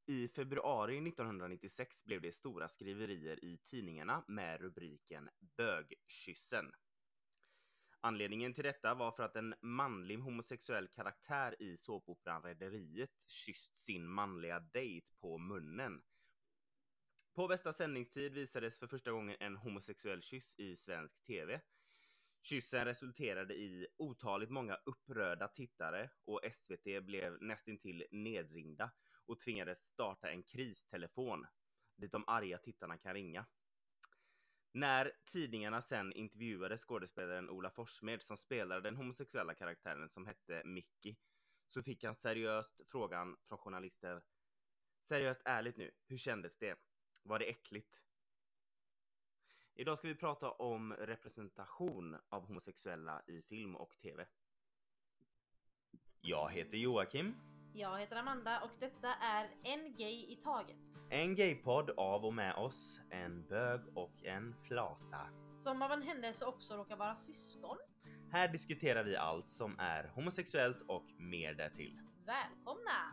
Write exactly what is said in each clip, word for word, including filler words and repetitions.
I februari nittonhundranittiosex blev det stora skriverier i tidningarna med rubriken Bögkyssen. Anledningen till detta var för att en manlig homosexuell karaktär i såpoperan Rederiet kysst sin manliga dejt på munnen. På bästa sändningstid visades för första gången en homosexuell kyss i svensk tv. Kyssen resulterade i otaligt många upprörda tittare och S V T blev nästintill nedringda och tvingades starta en kristelefon dit de arga tittarna kan ringa. När tidningarna sen intervjuade skådespelaren Ola Forssmed som spelade den homosexuella karaktären som hette Mickey, så fick han seriöst frågan från journalister: seriöst ärligt nu, hur kändes det? Var det äckligt? Idag ska vi prata om representation av homosexuella i film och tv. Jag heter Joakim. Jag heter Amanda och detta är En Gay i Taget. En gaypodd av och med oss, en bög och en flata. Som av en händelse också råkar vara syskon. Här diskuterar vi allt som är homosexuellt och mer därtill. Välkomna!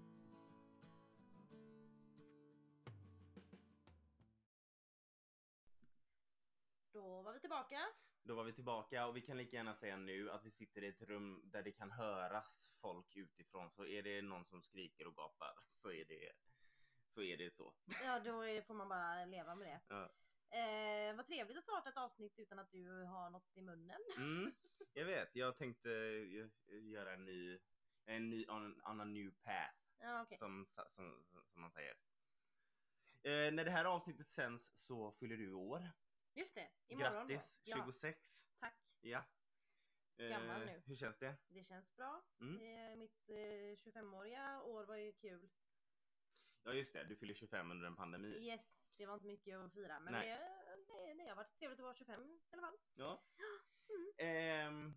Då var vi tillbaka. Då var vi tillbaka och vi kan lika gärna säga nu att vi sitter i ett rum där det kan höras folk utifrån. Så är det någon som skriker och gapar så är det så. Är det så. Ja, då är, får man bara leva med det. Ja. Eh, vad trevligt att starta ett avsnitt utan att du har något i munnen. Mm, jag vet, jag tänkte göra en ny, en ny on, on a new path. Ja, okay. som, som, som man säger. Eh, när det här avsnittet sänds så fyller du år. Just det, imorgon. Grattis, då. tjugosex. Ja, tack. Ja. Eh, Gammal nu. Hur känns det? Det känns bra. Mm. Eh, mitt eh, tjugofemåriga år var ju kul. Ja just det, du fyller tjugofem under en pandemi. Yes, det var inte mycket att fira. Men Nej. det, det, det har varit trevligt att vara tjugofem i alla fall. Ja. Mm. Ehm,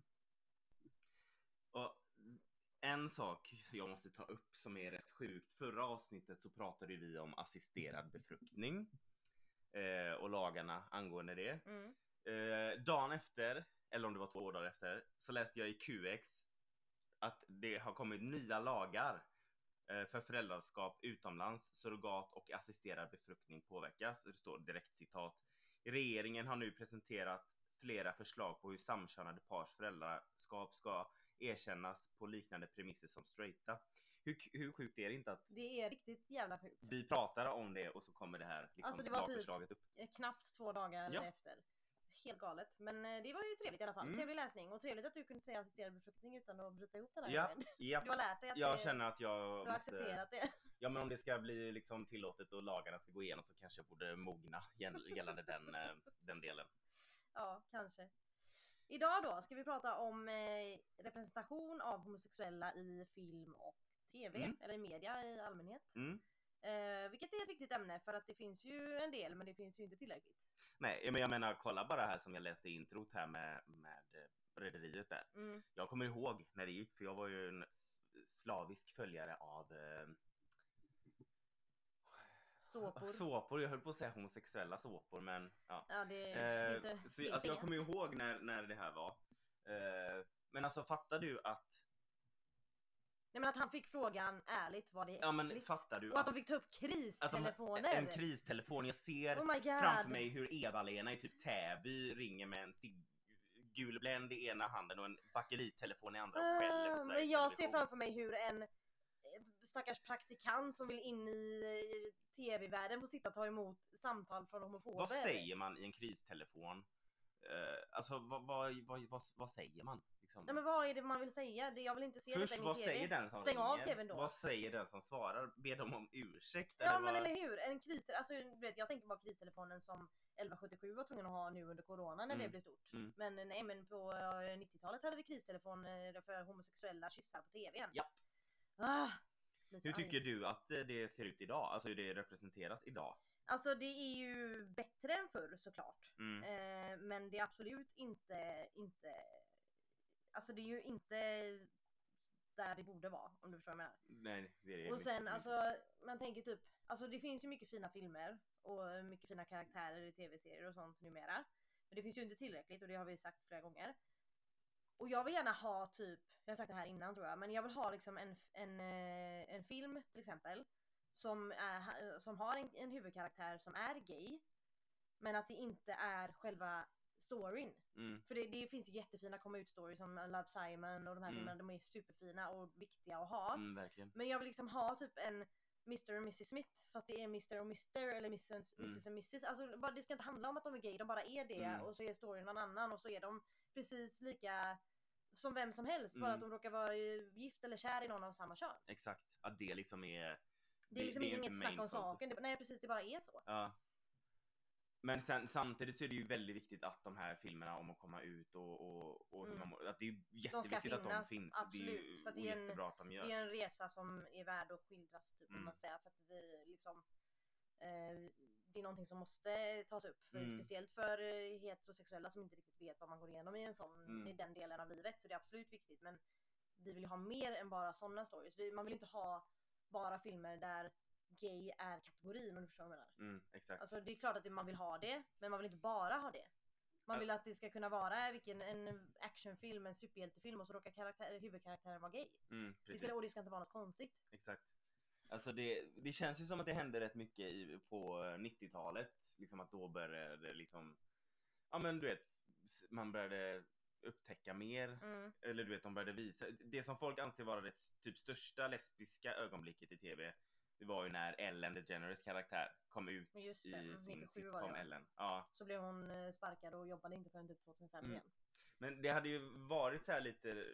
och en sak jag måste ta upp som är rätt sjukt. Förra avsnittet så pratade vi om assisterad befruktning. Eh, och lagarna angående det. Mm. Eh, dagen efter, eller om det var två dagar efter, så läste jag i Q X att det har kommit nya lagar eh, för föräldraskap utomlands, surrogat och assisterad befruktning påverkas. Det står direkt citat: regeringen har nu presenterat flera förslag på hur samkönade pars föräldraskap ska erkännas på liknande premisser som straighta. Hur, hur sjukt är det inte att Det är riktigt jävla sjukt. vi pratar om det och så kommer det här liksom, Alltså, det var typ lagförslaget upp? Knappt två dagar Ja. efter. Helt galet. Men eh, det var ju trevligt i alla fall. Mm. Trevlig läsning. Och trevligt att du kunde säga assisterad befruktning utan att bryta ihop den här Ja, gången. ja. Du har lärt dig att Jag det, känner att jag du har måste, accepterat det. ja men om det ska bli liksom tillåtet och lagarna ska gå igenom så kanske jag borde mogna gäll- gällande den, eh, den delen. Ja, kanske. Idag då ska vi prata om eh, representation av homosexuella i film och tv. Mm. Eller i media i allmänhet. Mm. Eh, vilket är ett viktigt ämne för att det finns ju en del men det finns ju inte tillräckligt. Nej, men jag menar kolla bara här som jag läste i introt här med, med eh, Rederiet där. Mm. Jag kommer ihåg när det gick, för jag var ju en slavisk följare av eh, Såpor. såpor. Jag höll på att säga homosexuella såpor, men ja. Ja, det är Eh, inte, så, det alltså, jag är kommer ihåg när, när det här var. Eh, men alltså fattar du att Nej, men att han fick frågan ärligt var det äckligt. ja men fattar du Och att att, de fick ta upp att de, kristelefoner. en kristelefon, jag ser Oh my God. framför mig hur Eva-Lena i typ Täby ringer med en cig- gul bländ i ena handen och en bakelittelefon i andra och skäller på Uh, Sveriges men jag ser Television. framför mig hur en eh, stackars praktikant som vill in i, i tv-världen får sitta och ta emot samtal från homofober. Vad säger man i en kristelefon? Uh, alltså vad, vad, vad, vad, vad säger man? Liksom? Ja, men vad är det man vill säga? Det, jag vill inte se Först detta i vad min tv. säger den som Stäng av ringer? tvn då. Vad säger den som svarar? Ber de om ursäkt? Ja eller men vad? eller hur, en kristelefon, alltså du vet, jag tänker bara kristelefonen som elva sjuttiosju var tvungen att ha nu under corona när Mm. det blev stort. Mm. Men nej, men på eh, nittiotalet hade vi kristelefon eh, för homosexuella kyssar på tvn. Japp. Ah, blir så Hur arg. tycker du att eh, det ser ut idag? Alltså hur det representeras idag? Alltså det är ju bättre än förr såklart. Mm. Eh, men det är absolut inte, inte, alltså det är ju inte där det borde vara, om du förstår vad jag menar. Nej, det är det Och inte. sen alltså, man tänker typ, alltså det finns ju mycket fina filmer och mycket fina karaktärer i tv-serier och sånt numera. Men det finns ju inte tillräckligt och det har vi sagt flera gånger. Och jag vill gärna ha typ, jag har sagt det här innan tror jag, men jag vill ha liksom en, en, eh, en film till exempel som, är, som har en, en huvudkaraktär som är gay, men att det inte är själva storyn. Mm. För det, det finns ju jättefina komma ut stories som Love, Simon och de här Mm. filmerna, de är superfina och viktiga att ha. Mm, verkligen. Men jag vill liksom ha typ en mister och missus Smith, fast det är mister och mister eller missus Mm. och missus Alltså bara, det ska inte handla om att de är gay, de bara är det. Mm. Och så är storyn någon annan och så är de precis lika som vem som helst, bara Mm. att de råkar vara eh, gift eller kär i någon av samma kön. Exakt, att det liksom är... Det är liksom det inget inte snack main om focus. saken, det, nej precis, det bara är så. Ja. Men sen, samtidigt så är det ju väldigt viktigt att de här filmerna om att komma ut och, och, och hur Mm. man, att det är ju De ska jätteviktigt att de finnas, finns. absolut. Det är ju För att och det är en- jättebra att de Det görs. är en resa som är värd att skildras typ, Mm. om man säger, för att vi liksom eh, det är någonting som måste tas upp, för, Mm. speciellt för eh, heterosexuella som inte riktigt vet vad man går igenom i en sån, Mm. i den delen av livet, så det är absolut viktigt. Men vi vill ju ha mer än bara sådana stories. Vi, man vill inte ha bara filmer där gay är kategorin, om du förstår vad jag menar. Mm, exakt. Alltså det är klart att man vill ha det, men man vill inte bara ha det. Man Ja. vill att det ska kunna vara vilken, en actionfilm, en superhjältefilm, och så råkar karaktär, huvudkaraktären vara gay. Mm, Det precis. ska, och det ska inte vara något konstigt. Exakt. Alltså det, det känns ju som att det hände rätt mycket i, på nittiotalet. Liksom att då började det liksom... Ja men du vet, s- man började upptäcka mer. Mm. Eller du vet, de började visa. Det som folk anser vara det s- typ största lesbiska ögonblicket i tv. Det var ju när Ellen DeGeneres karaktär kom ut Men just det, i mm, sin nittiosju var det, sitcom va? Ellen. Ja. Så blev hon eh, sparkad och jobbade inte förrän typ tjugohundrafem Mm. igen. Men det hade ju varit så här lite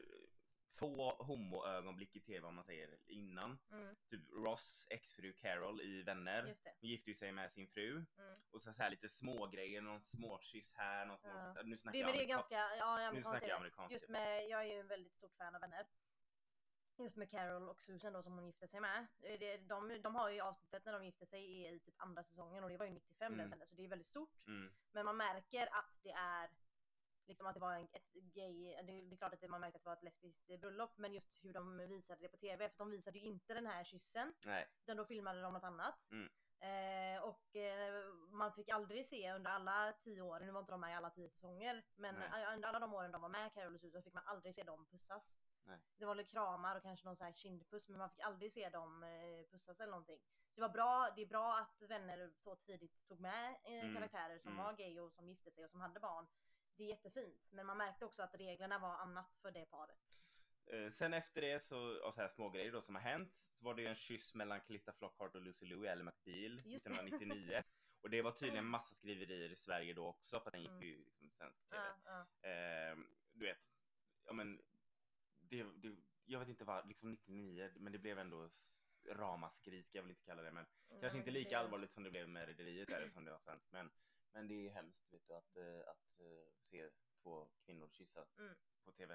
få homo-ögonblick i tv om man säger innan. Mm. Typ Ross exfru Carol i Vänner. Just det. Hon gifte ju sig med sin fru. Mm. Och så, så här lite små grejer, någon småkyss här, någon små, Ja. så, nu snackar Det, men jag det är amerika- ganska, ja, nu amerikansk snackar TV. jag amerikansk Just TV. med, jag är ju en väldigt stort fan av Vänner. Just med Carol och Susan då, som hon gifte sig med. Det, de, de har ju avsnittet när de gifte sig i typ andra säsongen, och det var ju nittiofem Mm. den sändes, så det är väldigt stort. Mm, Men man märker att det är liksom att det var en, ett gay, det, det är klart att det, man märkte att det var ett lesbiskt bröllop, men just hur de visade det på tv, för de visade ju inte den här kyssen, nej. utan då filmade de något annat. Mm. Eh, och eh, man fick aldrig se under alla tio år, nu var inte de med i alla tio säsonger, men Nej. eh, under alla de åren de var med, Carol och Susan, fick man aldrig se dem pussas. Nej. Det var lite kramar och kanske någon så här kindpuss, men man fick aldrig se dem eh, pussas eller någonting. Det var bra, det är bra att Vänner så tidigt tog med eh, Mm. karaktärer som Mm. var gay och som gifte sig och som hade barn. Det är jättefint, men man märkte också att reglerna var annat för det paret. Eh, sen efter det så, och så här små grejer då som har hänt, så var det ju en kyss mellan Calista Flockhart och Lucy Liu i Ally McBeal Just det. nittonhundranittionio. Och det var tydligen massa skriverier i Sverige då också, för att den gick Mm. ju liksom svensk tv. Ja, ja. Eh, du vet, ja men det, det, jag vet inte vad, liksom nittionio, men det blev ändå s- ramaskri, ska jag väl inte kalla det, men kanske Mm, inte lika det- allvarligt som det blev med Rederiet där, som det var svenskt, men, men det är hemskt vet du, att, eh, att eh, se två kvinnor kyssas Mm. på tv.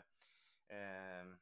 Eh,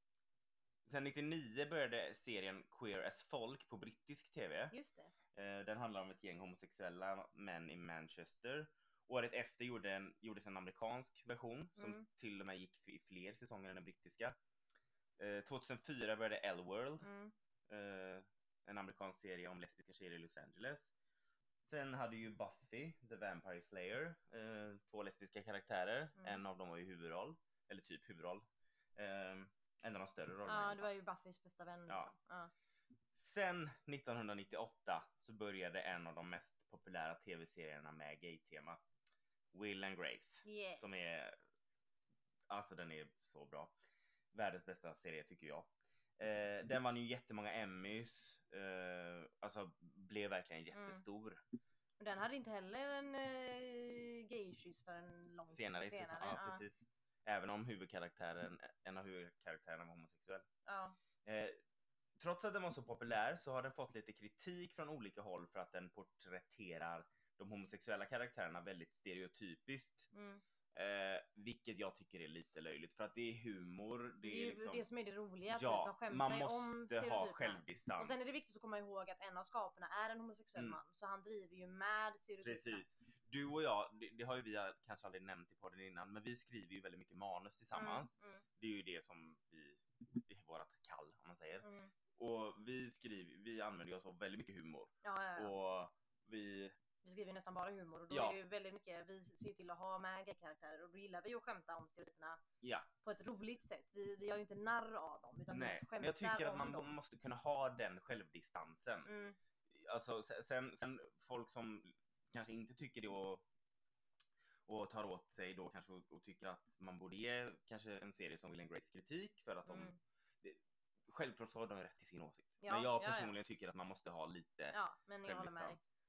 sen nittionio började serien Queer as Folk på brittisk tv. Just det. Eh, den handlar om ett gäng homosexuella män i Manchester. Året efter gjorde en, gjordes en amerikansk version som Mm. till och med gick i fler säsonger än den brittiska. Eh, tjugohundrafyra började L-World, Mm. eh, en amerikansk serie om lesbiska tjejer i Los Angeles. Sen hade ju Buffy, The Vampire Slayer, eh, två lesbiska karaktärer. Mm. En av dem var ju huvudroll, eller typ huvudroll. Eh, en av de större rollerna. i Ja, alla det fall. var ju Buffys bästa vän. Ja. Liksom. Ja. Sen nittonhundranittioåtta så började en av de mest populära tv-serierna med gay-tema, Will and Grace. Yes. Som är, alltså den är så bra. Världens bästa serie tycker jag. Eh, den vann ju jättemånga Emmys, eh, alltså blev verkligen jättestor. Och den hade inte heller en uh, gay-kyss för en lång Senare i säsongen, ja, precis. Även om huvudkaraktären, en av huvudkaraktärerna var homosexuell. Ja. Eh, trots att den var så populär så har den fått lite kritik från olika håll för att den porträtterar de homosexuella karaktärerna väldigt stereotypiskt. Mm. Eh, vilket jag tycker är lite löjligt, för att det är humor. Det Det är, är ju liksom, det som är det roliga, typ. ja, De skämtar man ju om måste ha stereotyperna. självdistans. Och sen är det viktigt att komma ihåg att en av skaparna är en homosexuell Mm. man, så han driver ju med stereotyperna. Precis. Du och jag, det, det har ju vi kanske aldrig nämnt i podden innan, men vi skriver ju väldigt mycket manus tillsammans. Mm, mm, Det är ju det som vi, det är vårat kall om man säger. mm. Och vi skriver, vi använder ju oss av väldigt mycket humor. Ja, ja, ja. Och vi vi skriver ju nästan bara humor och då Ja. är det ju väldigt mycket, vi ser till att ha med gay-karaktärer och då gillar vi ju att skämta om stereotyperna Ja. på ett roligt sätt. Vi, vi har ju inte narr av dem utan Nej, vi skämtar men jag tycker att om man dem. måste kunna ha den självdistansen. Mm. Alltså sen, sen folk som kanske inte tycker det och, och tar åt sig då kanske och, och tycker att man borde ge kanske en serie som Will and Grace kritik för att de Mm. det, självklart så har de rätt till sin åsikt. Ja, men jag ja, ja. personligen tycker att man måste ha lite Ja, men jag håller med dig. självdistans.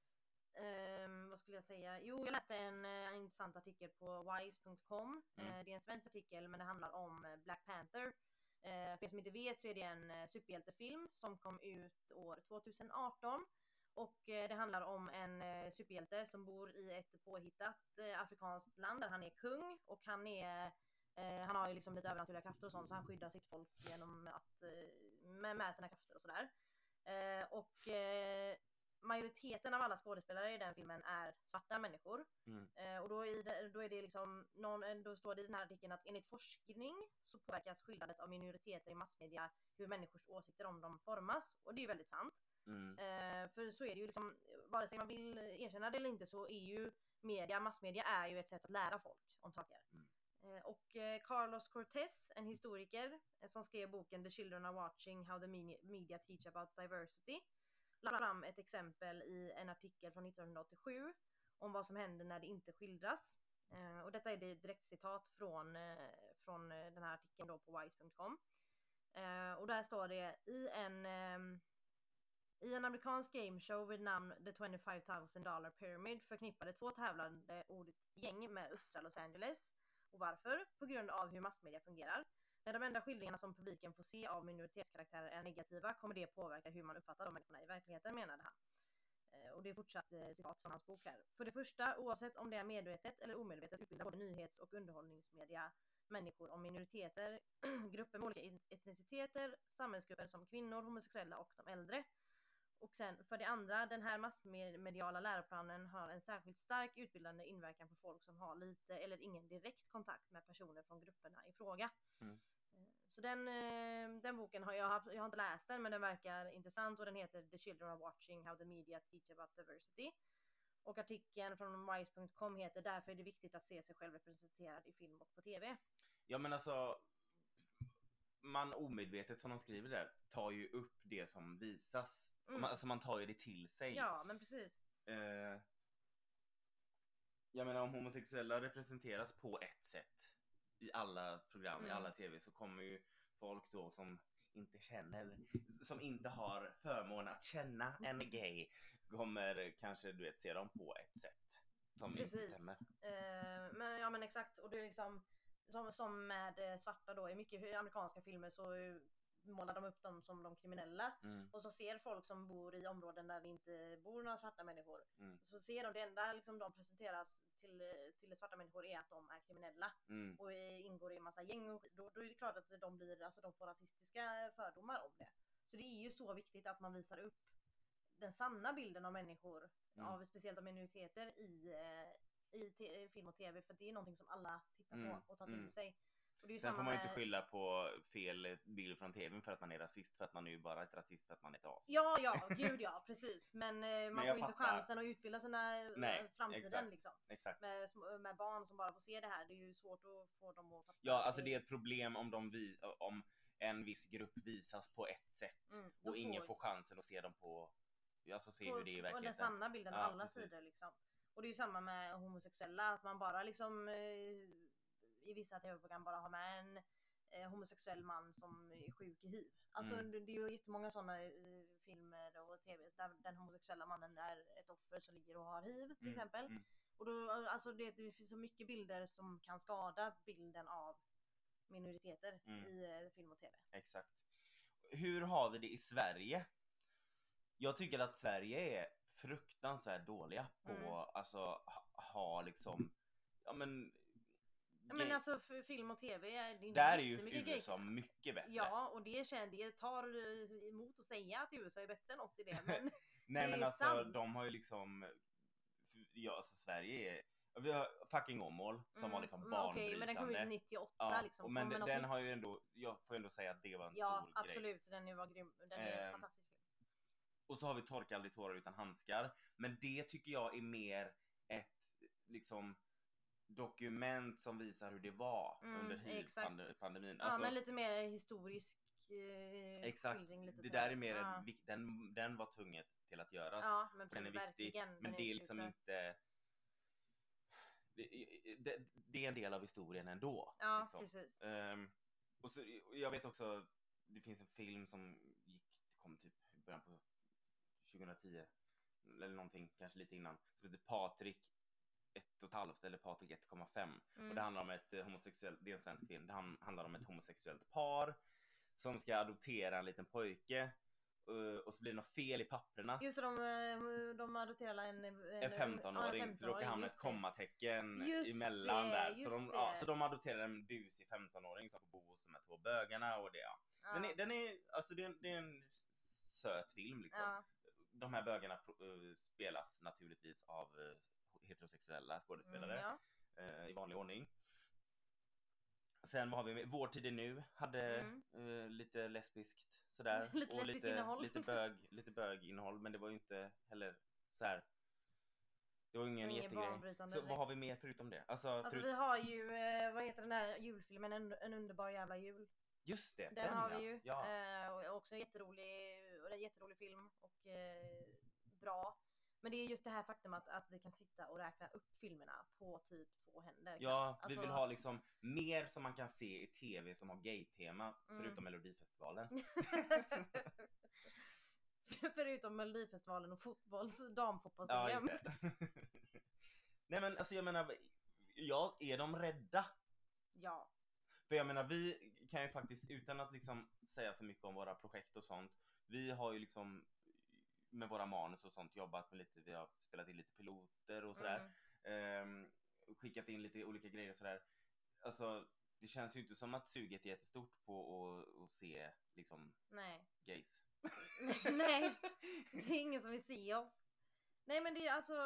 Um, vad skulle jag säga? Jo, jag läste en, en intressant artikel på wise punkt com. Mm. Uh, det är en svensk artikel men det handlar om uh, Black Panther. Uh, för er som inte vet så är det en uh, superhjältefilm som kom ut år tjugo arton. Och uh, det handlar om en uh, superhjälte som bor i ett påhittat uh, afrikanskt land där han är kung. Och han är uh, han har ju liksom lite övernaturliga krafter och sånt så han skyddar sitt folk genom att uh, med, med sina krafter och sådär. Uh, och uh, majoriteten av alla skådespelare i den filmen är svarta människor. Mm. Eh, och då, i det, då är det liksom någon, då står det i den här artikeln att enligt forskning så påverkas skildrandet av minoriteter i massmedia hur människors åsikter om dem formas. Och det är ju väldigt sant. Mm. Eh, för så är det ju liksom, vare sig man vill erkänna det eller inte så är ju media, massmedia är ju ett sätt att lära folk om saker. Mm. Eh, och eh, Carlos Cortez, en historiker eh, som skrev boken The Children Are Watching How the Media, media Teach About Diversity, la fram ett exempel i en artikel från nittonhundraåttiosju om vad som händer när det inte skildras. Eh, och detta är det direkt citat från, eh, från den här artikeln då på wise punkt com. Eh, och där står det i en eh, i en amerikansk gameshow vid namn The twenty-five thousand dollar Pyramid förknippade två tävlande ordet gäng med östra Los Angeles. Och varför? På grund av hur massmedia fungerar. När de enda skildringarna som publiken får se av minoritetskaraktärer är negativa kommer det påverka hur man uppfattar de människorna i verkligheten, menade han. Eh, och det är fortsatt eh, citat från hans bok här. För det första, oavsett om det är medvetet eller omedvetet utbildar både nyhets- och underhållningsmedia människor om minoriteter, grupper med olika etniciteter, samhällsgrupper som kvinnor, homosexuella och de äldre. Och sen för det andra, den här massmediala läroplanen har en särskilt stark utbildande inverkan på folk som har lite eller ingen direkt kontakt med personer från grupperna i fråga. Mm. Så den, den boken har jag, jag har inte läst den men den verkar intressant och den heter The Children Are Watching How the Media Teach About Diversity. Och artikeln från wise punkt com heter Därför är det viktigt att se sig själv representerad i film och på tv. Ja men alltså man omedvetet som de skriver där tar ju upp det som visas. Mm. Man, alltså man tar ju det till sig. Ja men precis. Eh, jag menar om homosexuella representeras på ett sätt i alla program, Mm. i alla tv så kommer ju folk då som inte känner, som inte har förmånen att känna en gay kommer kanske du vet se dem på ett sätt som Precis. inte stämmer. Eh, men ja men exakt och det är liksom som, som med eh, svarta då i mycket amerikanska filmer så eh, målar de upp dem som de kriminella Mm. och så ser folk som bor i områden där det inte bor några svarta människor Mm. så ser de det enda liksom de presenteras till, till svarta människor är att de är kriminella Mm. och eh, ingår i en massa gäng och skit. Då, då är det klart att de blir alltså de får rasistiska fördomar om det. Så det är ju så viktigt att man visar upp den sanna bilden av människor Mm. av speciellt av minoriteter i eh, i te- film och tv för det är någonting som alla tittar Mm, på och tar till mm. sig. Och det är ju Sen samma får man ju inte med- skylla på fel bild från tvn för att man är rasist för att man är ju bara ett rasist för att man är ett as. Ja, ja, gud ja, precis. Men eh, man jag får ju inte fattar. chansen att utbilda sina eh, Nej, framtiden exakt. liksom. Exakt. Med, sm- med barn som bara får se det här. Det är ju svårt att få dem att fatta. Ja, alltså det är ett problem om de vi, om en viss grupp visas på ett sätt Mm, då och ingen får- får chansen att se dem på, alltså se på, hur det är i på den verkligheten. sanna bilden av Ja, alla precis. sidor liksom. Och det är ju samma med homosexuella. Att man bara liksom eh, i vissa tv-program bara har med en eh, homosexuell man som är sjuk i hiv. Alltså Mm. det, det är ju jättemånga sådana eh, filmer och tv där den homosexuella mannen är ett offer som ligger och har hiv till Mm, exempel. mm. Och då, alltså det, det finns så mycket bilder som kan skada bilden av minoriteter Mm. i eh, film och tv. Exakt. Hur har vi det i Sverige? Jag tycker att Sverige är fruktansvärt dåliga på Mm. alltså ha, ha liksom ja men, Ja, men gay- alltså för film och tv är det inte där är ju jättemycket U S A gay. mycket bättre. Ja, och det känner det tar eh, emot att säga att U S A är bättre än oss i det, men Nej det men är alltså sant. de har ju liksom ja alltså Sverige är vi har fucking Åmål som Mm, var liksom men banbrytande. okej, men den kom ut nittioåtta Ja, liksom. och men Kom med den, något den har nytt. ju ändå, jag får ändå säga att det var en Ja, stor grej. absolut, den är, var grym. Den är Ehm, fantastisk film. Och så har vi Torka aldrig tårar utan handskar. Men det tycker jag är mer ett liksom dokument som visar hur det var Mm, under exakt. hiv-pandemin. Ja, Alltså, men lite mer historisk eh, exakt. skildring. Lite Det sådär. där är mer ja. en, vik- den, den var tvunget till att göras. Ja, men Den är precis, viktig. verkligen. Men Den det är är liksom super. inte... Det, det, det är en del av historien ändå. Ja, liksom. precis. Um, och så, jag vet också, det finns en film som gick, kom typ i början på tjugohundratio eller någonting, kanske lite innan, som heter Patrik ett och ett halvt eller Patrik ett komma fem. Mm. Och det handlar om ett eh, homosexuellt, det är en svensk film, det han- handlar om ett homosexuellt par som ska adoptera en liten pojke. Uh, och så blir det något fel i papperna. Just det, de, eh, de adopterar en, en, En femtonåring, ja, en för då råkar hamna ett just det. kommatecken Just emellan det, där. Så just de, ja, det. så de adopterar en busig femtonåring som får bo hos de här två bögarna och det, ja. Ja. Den är, den är, alltså det är, det är en söt film liksom. Ja. De här bögarna uh, spelas naturligtvis av uh, heterosexuella skådespelare. Mm, ja. uh, i vanlig ordning. Sen vad har vi med? Vår tid är nu hade Mm. uh, lite lesbiskt sådär. Lite och lesbiskt lite, innehåll. lite bög, lite böginnehåll, men det var ju inte heller så här. Det var ingen Ingen jättegrej. banbrytande Så vad direkt. har vi mer förutom det? Alltså, Alltså förut... vi har ju, eh, vad heter den där julfilmen, en, en underbar jävla jul. Just det, Den, den, har ja. vi ju. Ja. Eh, och också en jätterolig, och det är en jätterolig film och eh, bra. Men det är just det här faktum att, att vi kan sitta och räkna upp filmerna på typ två händer. Ja, alltså... vi vill ha liksom mer som man kan se i tv som har gay-tema, Mm. förutom Melodifestivalen. Förutom Melodifestivalen och fotbolls, damfotbolls Ja, just det. Nej men alltså jag menar, ja, är de rädda? Ja. För jag menar, vi kan ju faktiskt, utan att liksom säga för mycket om våra projekt och sånt, vi har ju liksom med våra manus och sånt jobbat med lite, vi har spelat in lite piloter och sådär. Mm. Um, skickat in lite olika grejer och sådär. Alltså, det känns ju inte som att suget är jättestort på att, att se liksom Nej. gays. Nej, det är ingen som vill se oss. Nej men det är alltså,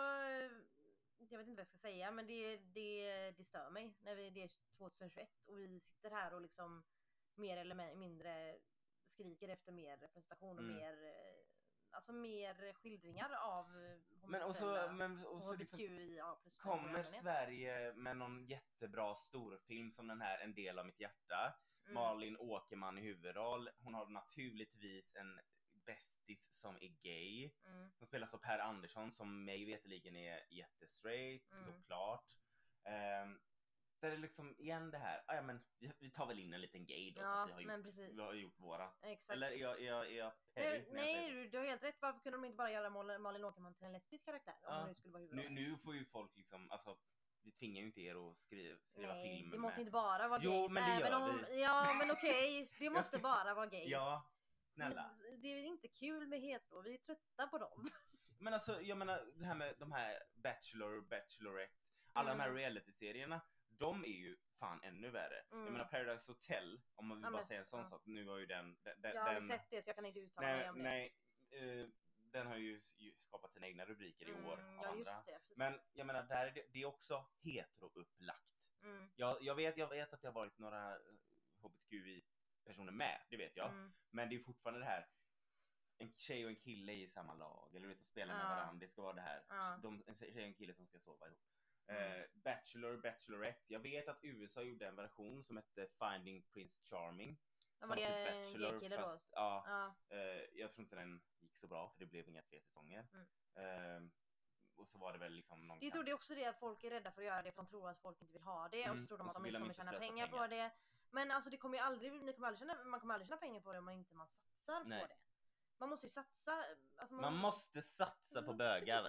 jag vet inte vad jag ska säga, men det, det, det stör mig när vi, det är tjugohundratjugoett och vi sitter här och liksom mer eller mindre skriker efter mer representation och Mm. mer, eh, alltså mer skildringar av Men och så, homosexuella men, och och så liksom, hbtqia plus kommer Sverige med någon jättebra storfilm som den här En del av mitt hjärta. Mm. Malin Åkerman i huvudroll. Hon har naturligtvis en bästis som är gay. Mm. Som spelas av Per Andersson som mig veteligen är jättestraight, Mm. såklart. Um, där är liksom igen det här, ah, ja men vi, vi tar väl in en liten gay då, Ja, så att vi har men gjort, precis. vi har gjort våra. Exakt. Eller är jag, är jag, är jag Nej, perry när jag säger nej så? du, du har helt rätt. Varför kunde de inte bara göra Mal- Malin Åkerman till en lesbisk karaktär? Om Ja. hon nu skulle vara Nu, huvudrollen. nu får ju folk liksom, alltså vi tvingar ju inte er att skriva, skriva Nej, film det måste med... inte bara vara Jo, gays. men det även gör om, vi. Ja men okej, det måste ska- bara vara gays. Ja, snälla. Det är inte kul med hetero, vi är trötta på dem. Men alltså jag menar det här med de här Bachelor, Bachelorette, alla Mm. de här reality-serierna, de är ju fan ännu värre. Mm. Jag menar Paradise Hotel, om man vill Ja, bara men- säga en sån ja. sak, nu var ju den... den, den Jag har aldrig sett det så jag kan inte uttala mig nej, om det. nej eh, den har ju ju skapat sina egna rubriker i år Mm, av ja andra. just det. Men jag menar, där är det, det är också hetero-upplagt. Mm. Jag, jag, vet, jag vet att det har varit några hbtqi-personer med, det vet jag. Mm. Men det är fortfarande det här, en tjej och en kille i samma lag, eller vet att spela med Ja. varandra, det ska vara det här. Ja. De, en tjej och en kille som ska sova ihop. Mm. Eh, Bachelor, Bachelorette. Jag vet att U S A gjorde en version som hette Finding Prince Charming. Ja, Som var det typ en Bachelor, gay-kille då? fast- Ja, Ja. eh, jag tror inte den gick så bra för det blev inga fler säsonger. Mm. Eh, och så var det väl liksom någon Jag tror det är också det att folk är rädda för att göra det för de tror att folk inte vill ha det. Mm, Och så tror de och att så de vill inte de kommer inte tjäna slösa pengar, på pengar. det. Men alltså det kommer ju aldrig, ni kommer aldrig tjäna, man kommer aldrig tjäna pengar på det om man inte man satsar Nej. på det. Man måste ju satsa. Alltså Man måste satsa på bögar.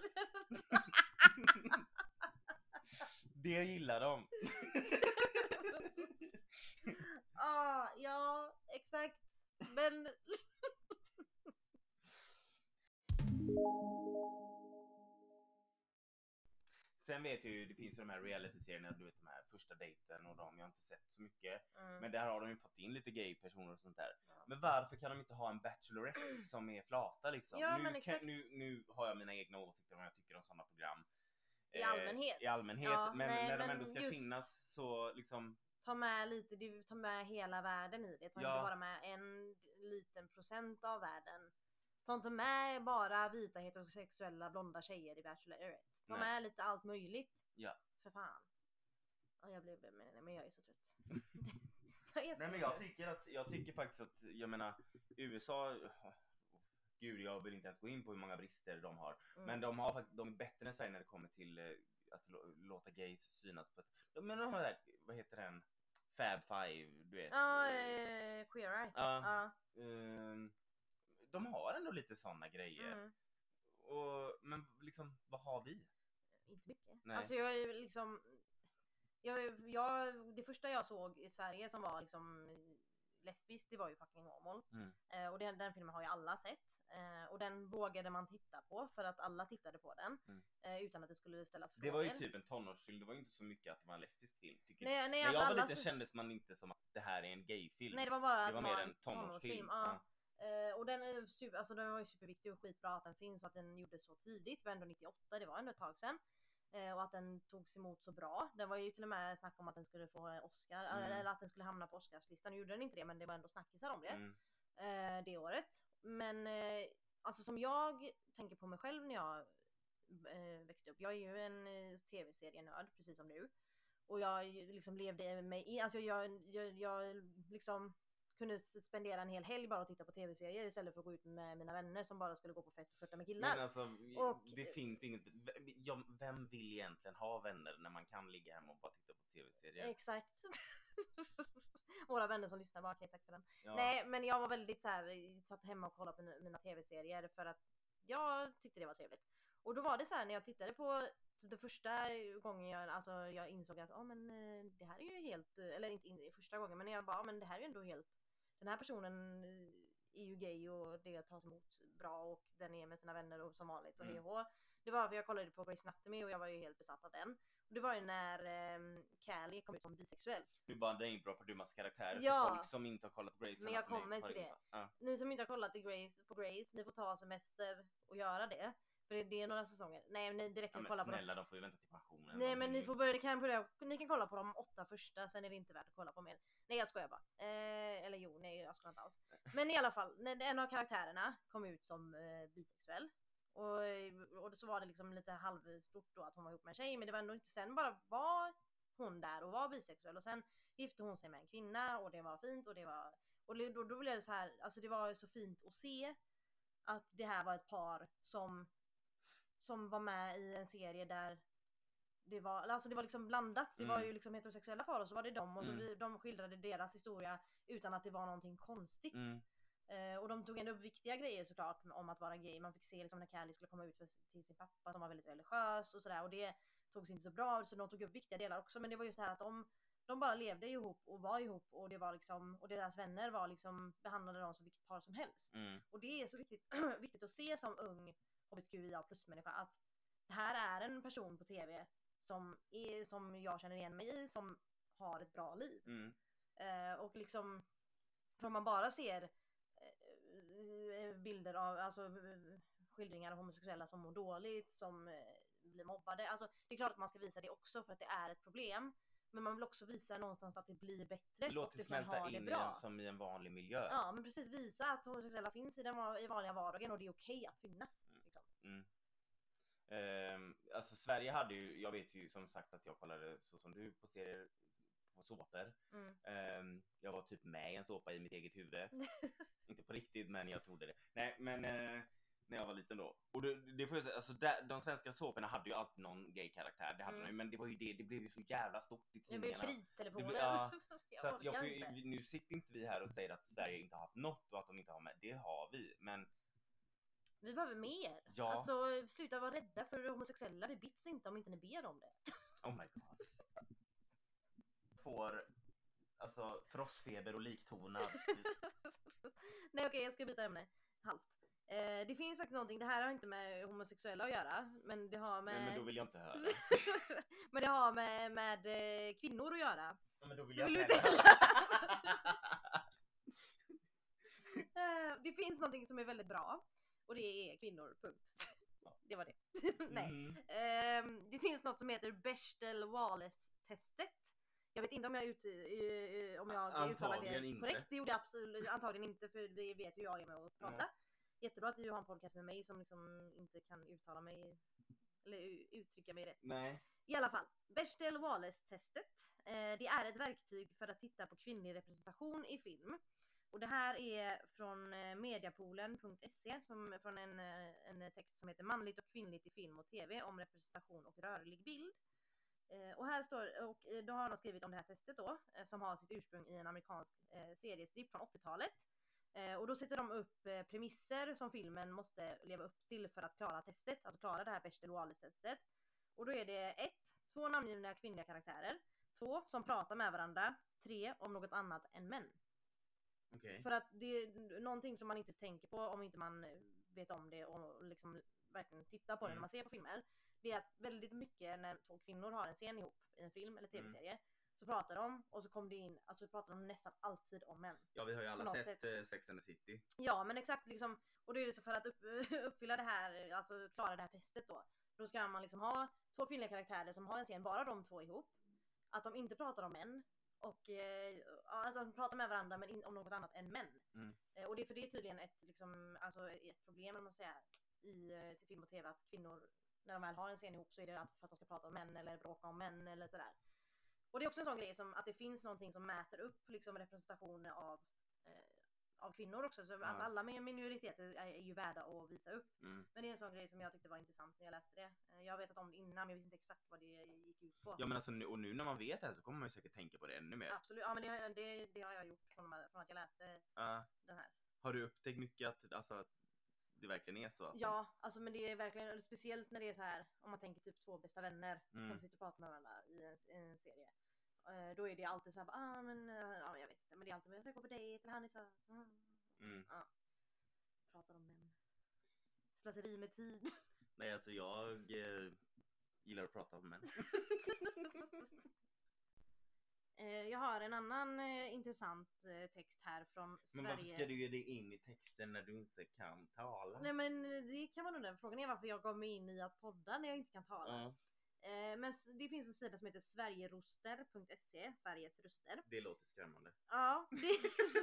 Det gillar de. ah, ja, exakt. Men Sen vet jag ju, det finns ju de här reality-serierna, du vet de här första dejten och de, jag har inte sett så mycket. mm. Men där har de ju fått in lite gay-personer och sånt där. Ja. Men varför kan de inte ha en bachelorette som är flata liksom? Ja, nu, men kan, exakt. nu, nu har jag mina egna åsikter om vad jag tycker om sådana program. I Eh, allmänhet. I allmänhet, Ja, men nej, när de men ändå ska just- finnas så liksom... Ta med lite, du tar med hela världen i det. Ta Ja. inte bara med en liten procent av världen. Ta inte med bara vita heterosexuella blonda tjejer i Bachelorette. Ta Nej. med lite allt möjligt. Ja. För fan. Ja, jag blev men, men jag är så trött. jag är så Nej men jag trött. tycker att jag tycker faktiskt att jag menar U S A, gud jag vill inte ens gå in på hur många brister de har, Mm. men de har faktiskt de är bättre än Sverige när det kommer till eh, att lå- låta gays synas på ett, men de har där, vad heter den, Fab Five, du vet. Ja, eh, eh, Queer Eye. Ja. Ja. ehm, de har ändå lite såna grejer. Mm. Och, men liksom, vad har vi? Inte mycket. Nej. Alltså jag är ju liksom jag, jag, det första jag såg i Sverige som var liksom lesbiskt, det var ju fucking Åmål. Mm. Eh, och den, den filmen har ju alla sett. Eh, och den vågade man titta på för att alla tittade på den. Mm. Eh, utan att det skulle ställas frågor. Det var ju typ en tonårsfilm, det var ju inte så mycket att det var en lesbisk film. Tycker Nej, nej, När alltså jag var alla lite så- kändes man inte som att det här är en gayfilm. Nej, det var bara det att var det mer var en tonårsfilm. Ja. Eh, och den, är super, alltså den var ju superviktig och skitbra att den finns och att den gjordes så tidigt. Det var ändå nittioåtta, det var ändå ett tag sedan. Eh, och att den togs emot så bra. Den var ju till och med snack om att den skulle få Oscar, Mm. eller att den skulle hamna på Oscarslistan. Nu gjorde den inte det, men det var ändå snackisar om det. Mm. Eh, det året. Men eh, alltså som jag tänker på mig själv när jag eh, växte upp. Jag är ju en eh, tv-serienörd, precis som du. Och jag liksom levde mig i, alltså jag, jag, jag liksom kunde spendera en hel helg bara och titta på tv-serier istället för att gå ut med mina vänner som bara skulle gå på fest och flirta med killar. Men alltså, Och- det finns inget, ja, vem vill egentligen ha vänner när man kan ligga hemma och bara titta på tv-serier? Exakt. Våra vänner som lyssnar bara, okej, tack för den. Ja. Nej, men jag var väldigt så här, satt hemma och kollade på mina- mina tv-serier för att jag tyckte det var trevligt. Och då var det så här när jag tittade på typ den första gången jag, alltså jag insåg att oh, men eh, det här är ju helt, eller inte in, första gången, men jag bara, oh, men det här är ju ändå helt, den här personen eh, är ju gay och det tas emot bra och den är med sina vänner och som vanligt och Mm. hej och hå. Det var för jag kollade på Grey's Anatomy och jag var ju helt besatt av den. Och det var ju när eh, Callie kom ut som bisexuell. Du bara, det är inte bra på du massa karaktärer, Ja. så folk som inte har kollat på Grey's Men jag Anatomy kommer har till ingen- det. Ja. Ni som inte har kollat i Grace, på Grace, ni får ta semester och göra det. För det, det är några säsonger. Nej, nej det räcker Ja, att men kolla på snälla, dem. de får ju vänta till pensionen. Nej De men är ni ju- får börja, ni kan, börja, ni kan kolla på de åtta första, sen är det inte värt att kolla på mer. Nej jag skojar bara. Eh, eller jo, nej jag skojar inte alls. Men i alla fall, när en av karaktärerna kom ut som eh, bisexuell. Och, och så var det liksom lite halvstort då att hon var ihop med en tjej, men det var ändå inte, sen bara var hon där och var bisexuell och sen gifte hon sig med en kvinna och det var fint och det var, och det- då, då blev det så här, alltså det var så fint att se att det här var ett par som som var med i en serie där det var, alltså det var liksom blandat. Det var Mm. ju liksom heterosexuella par och så var det dem och så Mm. vi, de skildrade deras historia utan att det var någonting konstigt. Mm. Eh, och de tog ändå upp viktiga grejer såklart om att vara gay. Man fick se liksom när Callie skulle komma ut för, till sin pappa som var väldigt religiös och sådär, och det togs inte så bra, så de tog upp viktiga delar också, men det var just det här att de de bara levde ihop och var ihop och det var liksom, och deras vänner var liksom, behandlade dem som vilket par som helst. Mm. Och det är så viktigt, viktigt att se som ung hbtqia plus människa att det här är en person på tv som, är, som jag känner igen mig i, som har ett bra liv. Mm. Eh, och liksom, för om man bara ser eh, bilder av, alltså eh, skildringar av homosexuella som mår dåligt, som eh, blir mobbade. Alltså det är klart att man ska visa det också för att det är ett problem. Men man vill också visa någonstans att det blir bättre. Låt och det du kan smälta ha det in bra. igen som i en vanlig miljö. Ja, men precis, visa att homosexuella finns i den va- i vanliga vardagen och det är okej att finnas. Liksom. Mm. Ehm, alltså Sverige hade ju, jag vet ju som sagt att jag kollade så som du på serier, på såpor. Mm. Ehm, jag var typ med i en såpa i mitt eget huvud. Inte på riktigt, men jag trodde det. Nej, men eh, när jag var liten då. Och det, det får jag säga, alltså där, de svenska såporna hade ju alltid någon gay-karaktär. Det hade Mm. de ju, men det var ju det, det blev ju så jävla stort i Det blir tidningarna. kristelefoner. Det blir- ja, jag Så att jag orkar får, ju- inte. nu sitter inte vi här och säger att Sverige inte har haft något och att de inte har med. Det har vi, men Vi behöver mer. Ja. Alltså sluta vara rädda för homosexuella. Vi bits inte om inte ni ber om det. oh my god. Får alltså frossfeber och liktonad. Nej okej, jag ska byta ämne. Halvt. Eh, det finns faktiskt någonting, det här har inte med homosexuella att göra, men det har med... Nej, men då vill jag inte höra. men det har med, med eh, kvinnor att göra. Ja, men då vill Då jag vill du inte inte heller. Eh, det finns någonting som är väldigt bra. Och det är kvinnor, punkt. Det var det. Nej. Mm. Ehm, det finns något som heter Bechdel-Wallace-testet. Jag vet inte om jag, ut, eh, om jag uttalar Antagligen det inte. korrekt. Det gjorde jag absolut, antagligen inte, för vi vet ju jag är med och prata. Mm. jättebra att du har en podcast med mig som liksom inte kan uttala mig eller uttrycka mig rätt. Nej. I alla fall, Bechdel-Wallace-testet. Eh, det är ett verktyg för att titta på kvinnlig representation i film. Och det här är från eh, mediapoolen punkt se, som från en, eh, en text som heter Manligt och kvinnligt i film och tv om representation och rörlig bild. Eh, och här står, och eh, då har de skrivit om det här testet då, eh, som har sitt ursprung i en amerikansk eh, seriestrip från åttiotalet. Eh, och då sätter de upp eh, premisser som filmen måste leva upp till för att klara testet, alltså klara det här Bechdel-Wallace-testet. Och då är det ett, två namngivna kvinnliga karaktärer, två som pratar med varandra, tre om något annat än män. Okay. För att det är någonting som man inte tänker på om inte man vet om det och liksom verkligen tittar på det mm. när man ser på filmer. Det är att väldigt mycket när två kvinnor har en scen ihop i en film eller tv-serie mm. så pratar de och så kommer det in, alltså pratar de nästan alltid om män. Ja, vi har ju alla sett sätt. Sex and the City. Ja, men exakt liksom, och då är det så för att upp, uppfylla det här, alltså klara det här testet då. Då ska man liksom ha två kvinnliga karaktärer som har en scen, bara de två ihop. Att de inte pratar om män. Och eh, alltså de pratar med varandra men in, om något annat än män. Mm. Eh, och det är för det är tydligen ett, liksom, alltså ett problem om man säger i till film och tv att kvinnor när de väl har en scen ihop så är det alltid för att de ska prata om män eller bråka om män eller sådär. Och det är också en sån grej som att det finns någonting som mäter upp liksom representation av eh, av kvinnor också. Så, ja. Alltså alla minoriteter är, är ju värda att visa upp. Mm. Men det är en sån grej som jag tyckte var intressant när jag läste det. Jag har vetat om det innan men jag visste inte exakt vad det gick ut på. Ja men alltså nu, och nu när man vet det här så kommer man ju säkert tänka på det ännu mer. Absolut, ja men det, det, det har jag gjort från, från att jag läste uh, den här. Har du upptäckt mycket att, alltså, att det verkligen är så? Att ja, alltså men det är verkligen speciellt när det är så här om man tänker typ två bästa vänner mm. som sitter och pratar med varandra i en, i en serie. Uh, då är det alltid så här, ah men uh, ja, jag vet inte, men det är alltid jag ska gå på dejt eller han är så mm. Mm. Ja. Pratar om män. Slöseri med tid. Nej alltså jag eh, gillar att prata om män. eh, jag har en annan eh, intressant eh, text här från Sverige. Men varför ska du ge dig in i texten när du inte kan tala? Nej men det kan man undra. Frågan är varför jag gav mig in i att podda när jag inte kan tala. Mm. Eh, men det finns en sida som heter sverigeroster punkt se, Sveriges röster. Det låter skrämmande. Ja, det,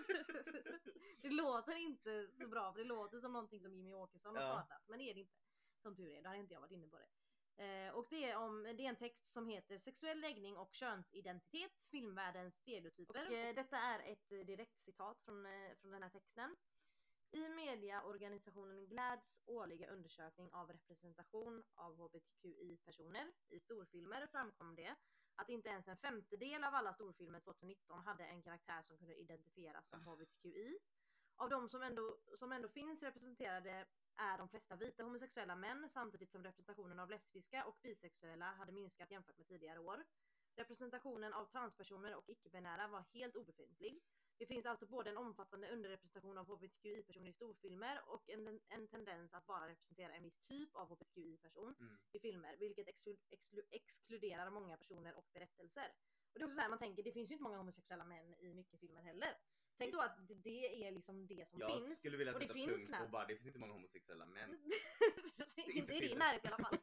det låter inte så bra, för det låter som någonting som Jimmy Åkesson har ja. startat, men det är det inte. Som tur är, då har inte jag varit inne på det. Eh, och det är, om, det är en text som heter Sexuell läggning och könsidentitet, filmvärldens stereotyper. Och, eh, detta är ett eh, direkt citat från, eh, från den här texten. I mediaorganisationen Glads årliga undersökning av representation av hbtqi-personer i storfilmer framkom det att inte ens en femtedel av alla storfilmer tjugonitton hade en karaktär som kunde identifieras som hbtqi. Av de som ändå, som ändå finns representerade är de flesta vita homosexuella män, samtidigt som representationen av lesbiska och bisexuella hade minskat jämfört med tidigare år. Representationen av transpersoner och icke-binära var helt obefintlig. Det finns alltså både en omfattande underrepresentation av hbtqi-personer i storfilmer och en, en tendens att bara representera en viss typ av hbtqi-person mm. i filmer, vilket exklu, exklu, exkluderar många personer och berättelser. Och det är också så här man tänker, det finns ju inte många homosexuella män i mycket filmer heller. Tänk då att det är liksom det som jag finns. Jag skulle vilja och sätta det punkt finns på bara, det finns inte många homosexuella män. Inte i din närhet i alla fall.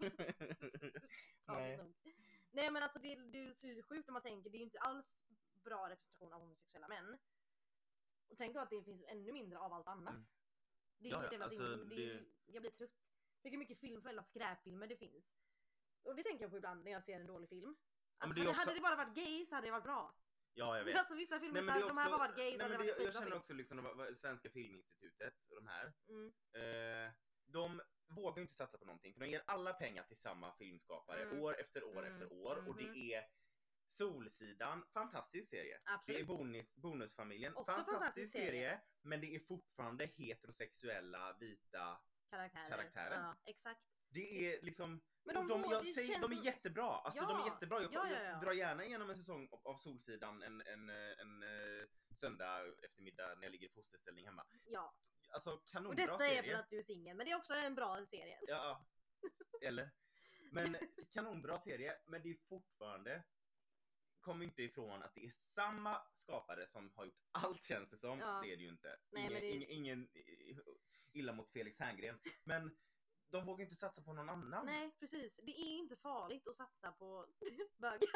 Nej. Nej men alltså det, det är så sjukt om man tänker, det är ju inte alls bra representation av homosexuella män. Och tänk då att det finns ännu mindre av allt annat. Mm. Det är ja, ja, alltså, det, det... Jag blir trött. Tänk hur mycket film för alla skräpfilmer det finns. Och det tänker jag på ibland när jag ser en dålig film. Att ja, det hade, också... hade det bara varit gay så hade det varit bra. Ja, jag vet. Alltså vissa filmer så hade också... de här bara varit gay så hade det varit det, skitbra. Jag känner också liksom Svenska Filminstitutet och de här. Mm. Eh, de vågar ju inte satsa på någonting. För de ger alla pengar till samma filmskapare mm. år efter år mm. efter år. Mm. Och det är Solsidan, fantastisk serie. Absolut. Det är bonus, Bonusfamiljen, också fantastisk, fantastisk serie. serie. Men det är fortfarande heterosexuella vita karaktärer. karaktärer. Ja, exakt. Det är liksom... Men de, de, må, jag säger, de är som... jättebra. Alltså ja. de är jättebra. Jag, ja, ja, ja. jag drar gärna igenom en säsong av, av Solsidan en, en, en, en söndag eftermiddag när jag ligger i fosterställning hemma. Ja. Alltså kanonbra serie. Och detta serie. är för att du är singel. Men det är också en bra serie. Ja, eller? Men kanonbra serie. Men det är fortfarande... Kommer inte ifrån att det är samma skapare som har gjort allt, känns det som. Ja. Det är det ju inte. Nej, ingen, det... ingen, ingen illa mot Felix Herngren. Men de vågar inte satsa på någon annan. Nej, precis. Det är inte farligt att satsa på bögar.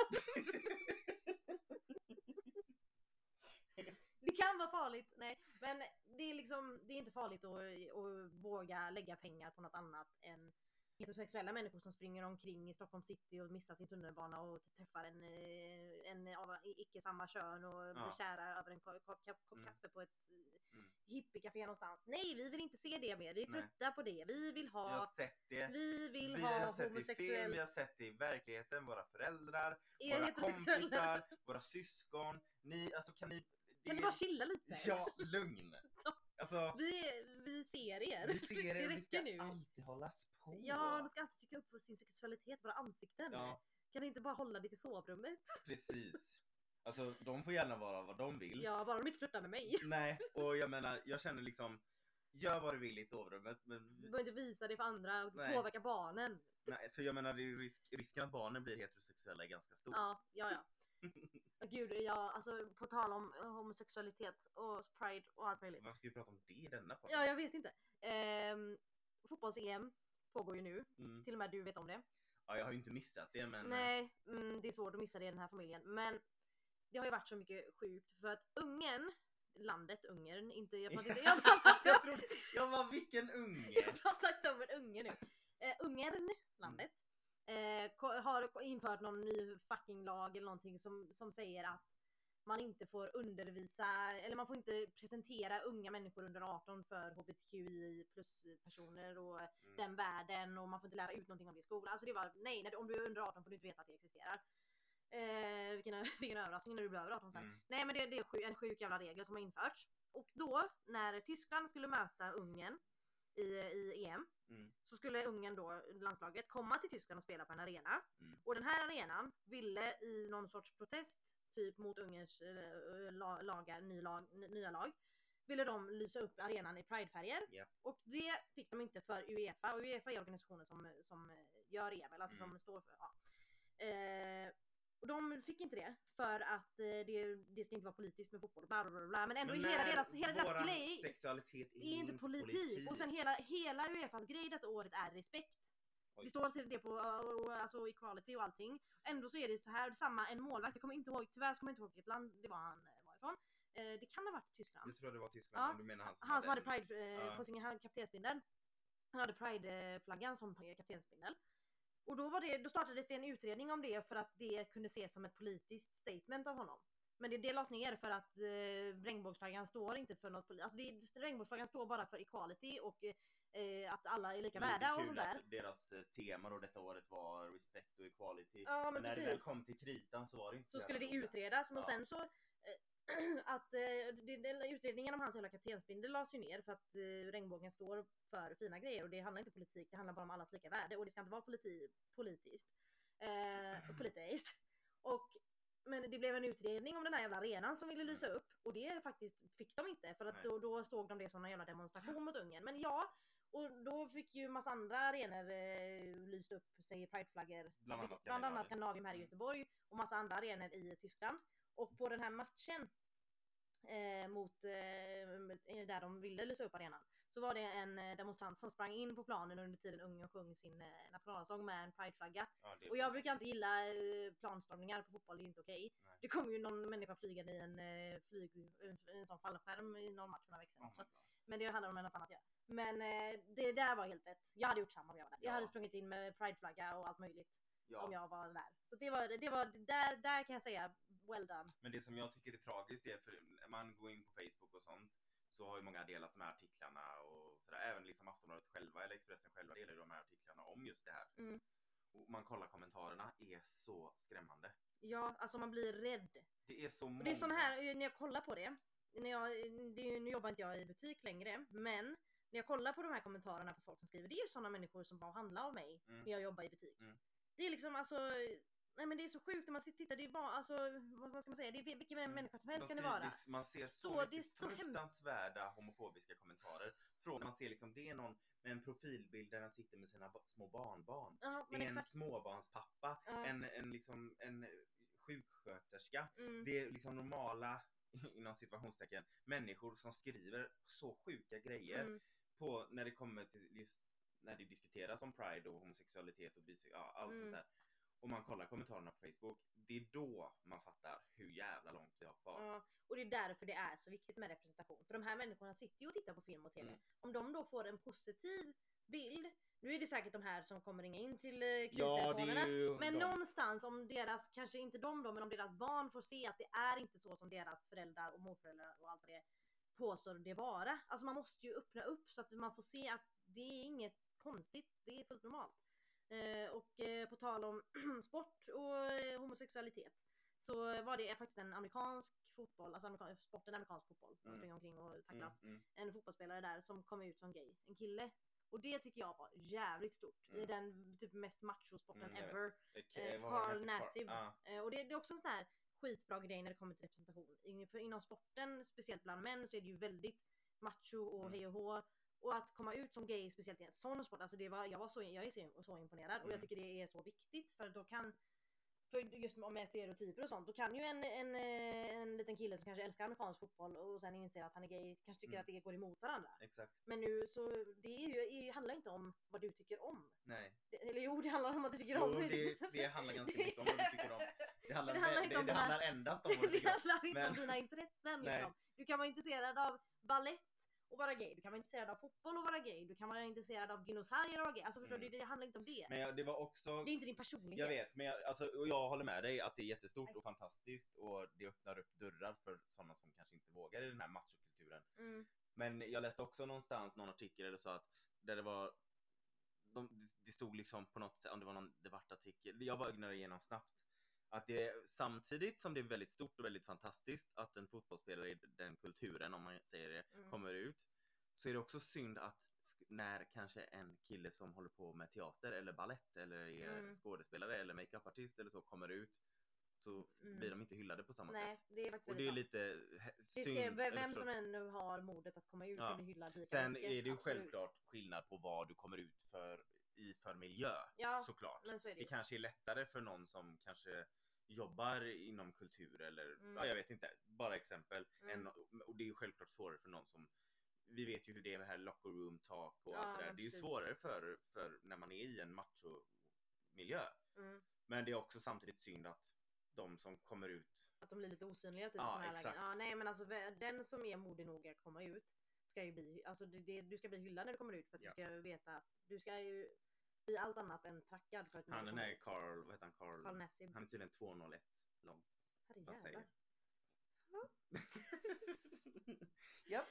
Det kan vara farligt, nej. Men det är liksom, det är inte farligt att, att våga lägga pengar på något annat än heterosexuella människor som springer omkring i Stockholm city och missar sin tunnelbana och träffar en, eh, en av icke samma kön och Ja. blir kära över en kopp, kopp, kopp Mm. kaffe på ett Mm. hippiecafé någonstans. Nej, vi vill inte se det mer. Vi är Nej. trötta på det. Vi vill Vi har ha sett det. vi vill Vi ha har sett det i film, homosexuell vi har sett det i verkligheten, våra föräldrar, är våra heterosexuella. kompisar, våra syskon. Ni, alltså kan ni... Kan det- du bara chilla lite? Ja, lugn. Alltså, Vi, vi ser er. vi ser det er, vi ska räcker nu. alltid hållas på. Ja, de ska alltid tycka upp för sin sexualitet, våra ansikten. Ja, Kan ni inte bara hålla det till sovrummet? precis. Alltså, de får gärna vara vad de vill. Ja, bara de inte flörtar med mig. Nej, och jag menar, jag känner liksom, gör vad du vill i sovrummet, Du men behöver inte visa det för andra och Nej. påverka barnen. nej, för jag menar, det är risk, risken att barnen blir heterosexuella är ganska stor. Ja, ja, ja. Gud, ja, alltså på tal om homosexualitet och pride och allt möjligt. Varför ska vi prata om det i denna podd? Ja, jag vet inte. Ehm, fotbolls-E M pågår ju nu. Mm. Till och med du vet om det. Ja, jag har ju inte missat det, men... Nej, mm, det är svårt att missa det i den här familjen. Men det har ju varit så mycket sjukt för att Ungern, landet Ungern, inte jag pratar inte, jag pratar inte jag om, trodde, jag var vilken unge! jag pratar inte om en unge nu. Uh, Ungern, landet, eh, ko- har infört någon ny fucking lag eller någonting som, som säger att man inte får undervisa, eller man får inte presentera unga människor under arton för hbtqi plus personer och Mm. den världen, och man får inte lära ut någonting om det i skolan. Alltså det var nej, när du, om du är under arton får du inte veta att det existerar. Eh, vilken, vilken överraskning när du blir över arton sen. Mm. Nej, men det, det är sju, en sjuk jävla regel som har införts. Och då när Tyskland skulle möta Ungern i, i E M Mm. så skulle Ungern då, landslaget, komma till Tyskland och spela på en arena. Mm. Och den här arenan ville i någon sorts protest typ mot Ungerns äh, la, lagar, ny lag, n- nya lag, ville de lysa upp arenan i pridefärger. Ja. Och det fick de inte för UEFA, och UEFA är organisationen som, som gör E M, alltså Mm. som står för, ja. Eh, och de fick inte det för att eh, det, det ska inte vara politiskt med fotboll, bla bla bla, bla. Men ändå Men hela när deras, hela deras våran grej sexualitet är, är inte politik. Och sen hela, hela UEFAs grej detta året är respekt. Oj. Det står till det på uh, alltså equality och allting. Ändå så är det så här, samma en målvakt, jag kommer inte ihåg, tyvärr kommer jag inte ihåg vilket land det var han eh, var ifrån. Eh, det kan ha varit Tyskland. Jag tror det var Tyskland, Ja. om du menar han som Han som hade en- pride eh, Ja. på sin ha- kaptensbindel. Han hade pride-flaggan som kaptensbindel. Och då, var det, då startades det en utredning om det för att det kunde ses som ett politiskt statement av honom. Men det, det lades ner för att eh, regnbågsflaggan står inte för något politiskt. Alltså det, regnbågsflaggan står bara för equality och eh, att alla är lika Lite värda och kul sånt där. att deras eh, tema då detta året var respect och equality. Ja, men Men när det väl precis. kom till kritan så var det inte Så jävla skulle det noga. utredas, men Ja. sen så eh, att eh, det, det, utredningen om hans jävla kaptensbindel lades ju ner för att eh, regnbågen står för fina grejer och det handlar inte om politik, det handlar bara om allas lika värde och det ska inte vara politi, politiskt. Eh, politiskt. Och, men det blev en utredning om den här jävla arenan som ville lysa upp och det faktiskt fick de inte för att Nej. då, då såg de det som en jävla demonstration mot Ungern. Men ja, och då fick ju massa andra arenor eh, lyst upp sig prideflaggor. Bland annat Bland annat Skandinavien. Skandinavium här i Mm. Göteborg och massa andra arenor i Tyskland. Och på den här matchen eh, mot eh, där de ville lysa upp arenan så var det en eh, demonstrant som sprang in på planen under tiden Ungern sjöng sin eh, nationalsång med en prideflagga. Ja, det är Och jag fantastiskt. brukar inte gilla eh, planstormningar på fotboll, det är inte okej. Nej. Det kom ju någon människa flygande i en, eh, flyg, en, en sån fallskärm i någon match för några veckor sedan Oh också. my God. Men det handlar om något annat. Ja. Men eh, det där var helt rätt. Jag hade gjort samma om jag var där. Jag Ja. hade sprungit in med prideflagga och allt möjligt Ja. om jag var där. Så det var, det var där, där kan jag säga well done. Men det som jag tycker är tragiskt är för när man går in på Facebook och sånt så har ju många delat de här artiklarna och sådär. Även liksom Aftonbladet själva eller Expressen själva delar ju de här artiklarna om just det här. Mm. Och man kollar kommentarerna är så skrämmande. Ja, alltså man blir rädd. Det är så många. Och det är sån här, när jag kollar på det, när jag, det är, nu jobbar inte jag i butik längre, men när jag kollar på de här kommentarerna på folk som skriver, det är ju såna människor som bara handlar av mig Mm. när jag jobbar i butik. Mm. Det är liksom alltså, nej men det är så sjukt när man tittar, det är bara, alltså vad vad ska man säga, det är vilken Mm. människa som helst De kan det skriver- vara. det- Man ser så, Så- det är mycket så hemskt. fruktansvärda homofobiska kommentarer. Från man ser liksom, det är någon med en profilbild där han sitter med sina ba- små barnbarn. Ja, Det men är en exakt. småbarnspappa, Ja. en, en, liksom, en sjuksköterska. Mm. Det är liksom normala, inom situationstecken, människor som skriver så sjuka grejer Mm. på när det kommer till just när det diskuteras om pride och homosexualitet och bis- ja, allt Mm. sånt där. och man kollar kommentarerna på Facebook, det är då man fattar hur jävla långt vi har kvar. Ja, och det är därför det är så viktigt med representation. För de här människorna sitter ju och tittar på film och tv. Mm. Om de då får en positiv bild, nu är det säkert de här som kommer ringa in till eh, Ja, det kristelefonerna. är ju Men de. någonstans om deras, kanske inte de då, men om deras barn får se att det är inte så som deras föräldrar och morföräldrar och allt vad det påstår det vara. Alltså man måste ju öppna upp så att man får se att det är inget konstigt, det är fullt normalt. Eh, och eh, på tal om sport och eh, homosexualitet, så var det faktiskt en amerikansk fotboll, alltså amerikan, sporten amerikansk fotboll, mm. springer omkring och tacklas. Mm, mm. En fotbollsspelare där som kom ut som gay, en kille. Och det tycker jag var jävligt stort. Mm. I den typ mest machosporten Mm, jag ever. vet. Eh, Eh, vad var Carl det? Nassib. Ah. Eh, och det, det är också en sån här skitbra grej när det kommer till representation. In, för inom sporten, speciellt bland män, så är det ju väldigt macho och Mm. hej och hå. Och att komma ut som gay, speciellt i en sån sport, alltså det var, jag var så, jag är så, så imponerad. Mm. Och jag tycker det är så viktigt, för då kan, för just med stereotyper och sånt, då kan ju en, en, en liten kille som kanske älskar amerikansk fotboll och sen inser att han är gay, kanske tycker Mm. att det går emot varandra. Exakt. Men nu så, det är ju, det handlar inte om vad du tycker om. Nej. Det, eller jo, det handlar om vad du tycker Jo, om. det, det handlar ganska mycket om vad du tycker om. Det handlar, Men det handlar det, inte det, om det dina- handlar endast om vad du Det tycker om. handlar inte Men- om dina intressen Nej. liksom. Du kan vara intresserad av ballett och vara gay. Du kan vara intresserad av fotboll och vara gay. Du kan vara intresserad av dinosaurier och vara gay. Alltså förstår Mm. du, det handlar inte om det. Men jag, det var också... Det är inte din personlighet. Jag vet, men jag, alltså, och jag håller med dig att det är jättestort och fantastiskt och det öppnar upp dörrar för sådana som kanske inte vågar i den här machokulturen. Mm. Men jag läste också någonstans någon artikel eller så att där det var de, det stod liksom på något sätt, om det var någon debattartikel, jag bara ignorerade igenom snabbt, att det är, samtidigt som det är väldigt stort och väldigt fantastiskt att en fotbollsspelare i den kulturen, om man säger det, Mm. kommer ut, så är det också synd att sk- när kanske en kille som håller på med teater eller ballett eller är Mm. skådespelare eller makeupartist eller så kommer ut, så Mm. blir de inte hyllade på samma Nej, sätt. det är faktiskt Och det är väldigt sant. lite he- Det synd. ska, vem eller som förlåt. än har modet att komma ut Ja. ska bli hyllad lika Sen mycket. är det ju Absolut. självklart skillnad på vad du kommer ut för i för miljö, Ja, såklart. men så är det Det ju. kanske är lättare för någon som kanske jobbar inom kultur eller, Mm. ja jag vet inte, bara exempel. Mm. Än, och det är ju självklart svårare för någon som, vi vet ju hur det är med här locker room talk och Ja, allt det där. men Det är ju precis. svårare för, för när man är i en macho-miljö. Mm. Men det är också samtidigt synd att de som kommer ut, Att de blir lite osynliga typ Ja, i såna här exakt. lägen. Ja, nej men alltså vä- den som är modig nog att komma ut ska ju bli, alltså det, det, du ska bli hyllad när du kommer ut för att Ja. du ska veta att du ska ju bli allt annat än tackad för att han du den kommer här ut. Carl, vad heter han, Carl? Carl Nassib. Han är tydligen två noll ett lång. Vad Herrejävlar. säger Ja.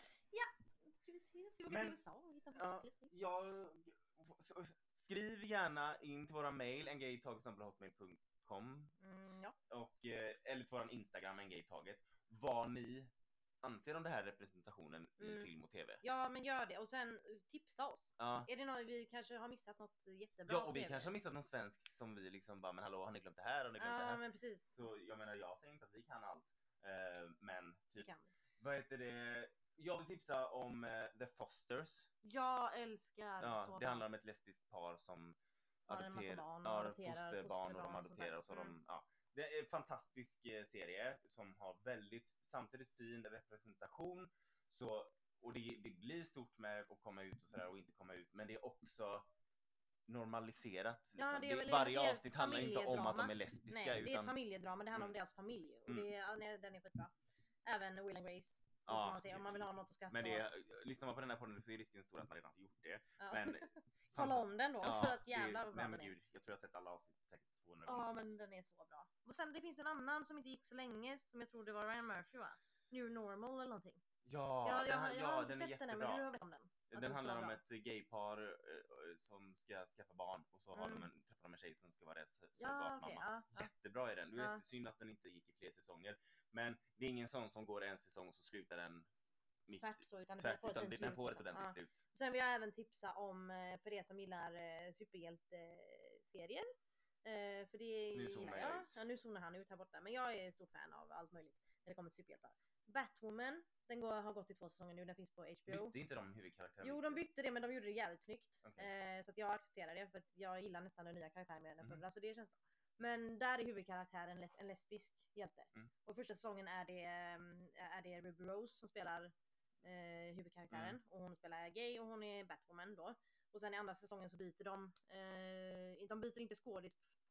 Ska vi se, ska vi åka Men- till U S A och hitta en Ja, fotbollsklipp? jag, så- skriv gärna in till våra mail engaytag.hotmail punkt com Mm, ja. och eh, eller till våran Instagram engaytaget vad ni anser om det här representationen i Mm. film och tv. ja, men gör det och sen eh, tipsa oss. Ja. Är det något vi kanske har missat något jättebra Ja, på och vi T V? kanske har missat någon svensk som vi liksom bara, men hallå, har ni glömt det här? Har ni glömt det Ja, här? men precis. Så jag menar, jag säger inte att vi kan allt. Eh, men Det typ, kan vi. vad heter det? Jag vill tipsa om eh, The Fosters. Jag älskar Ja, så det bra. handlar om ett lesbiskt par som Har en massa adopterar, barn och ja, adopterar fosterbarn och de fosterbarn och sånt adopterar där. och så har Mm. de, ja. Det är en fantastisk eh, serie som har väldigt, samtidigt fin representation, så, och det, det blir stort med att komma ut och sådär och inte komma ut, men det är också normaliserat. Liksom. Ja, det är väl- Varje det är avsnitt handlar inte om att de familjedrama. är lesbiska, Nej, det är ett utan familjedrama, det handlar om Mm. deras familj. Och Mm. det är, ja, nej, den är skitbra. Även Will and Grace. Ja, Ja, man, se, om man vill ha något att skratta men det, åt. lyssnar man på den här podden så är risken stor att man redan har gjort det. Ja. Men Kolla om den då, Ja, för att det- jävlar vad bra nej, den men är. gud, jag tror jag har sett alla avsnitt säkert tvåhundra gånger. Ja, men den är så bra. Och sen det finns en annan som inte gick så länge, som jag tror det var Ryan Murphy va? New Normal eller någonting. Ja, Ja, jag, den, har- här- jag ja, har inte den är sett den än, jättebra. men du har berättat om den. Att Den ska handlar vara om bra. ett gaypar eh, som ska skaffa barn och så har Mm. de en, träffar de en tjej som ska vara deras Ja, surrogatmamma. okej. ja, ja. Jättebra är den. Det är Ja. jättesynd att den inte gick i fler säsonger. Men det är ingen sån som går en säsong och så slutar den mitt Tvärt så, utan det tvärt, får ett utan fint den slut, får ett liksom. ordentligt Ja. slut. Sen vill jag även tipsa om, eh, för er som gillar eh, superhjälteserier. Eh, för det Nu zonar gillar jag jag. ut. Ja, nu zonar han ut här borta. Men jag är stort fan av allt möjligt när det kommer till superhjältar. Batwoman, den går, har gått i två säsonger nu, den finns på H B O. Bytte inte de huvudkaraktärerna? Jo, de bytte det, men de gjorde det jävligt snyggt. Okej. Eh, så att jag accepterar det, för att jag gillar nästan den nya karaktären mer än den Mhm. förra, så det känns bra. Men där är huvudkaraktären les- en lesbisk hjälte. Mm. Och första säsongen är det, ehm, är det Ruby Rose som spelar eh, huvudkaraktären. Mm. Och hon spelar gay och hon är Batwoman då. Och sen i andra säsongen så byter de, eh, de byter inte skådis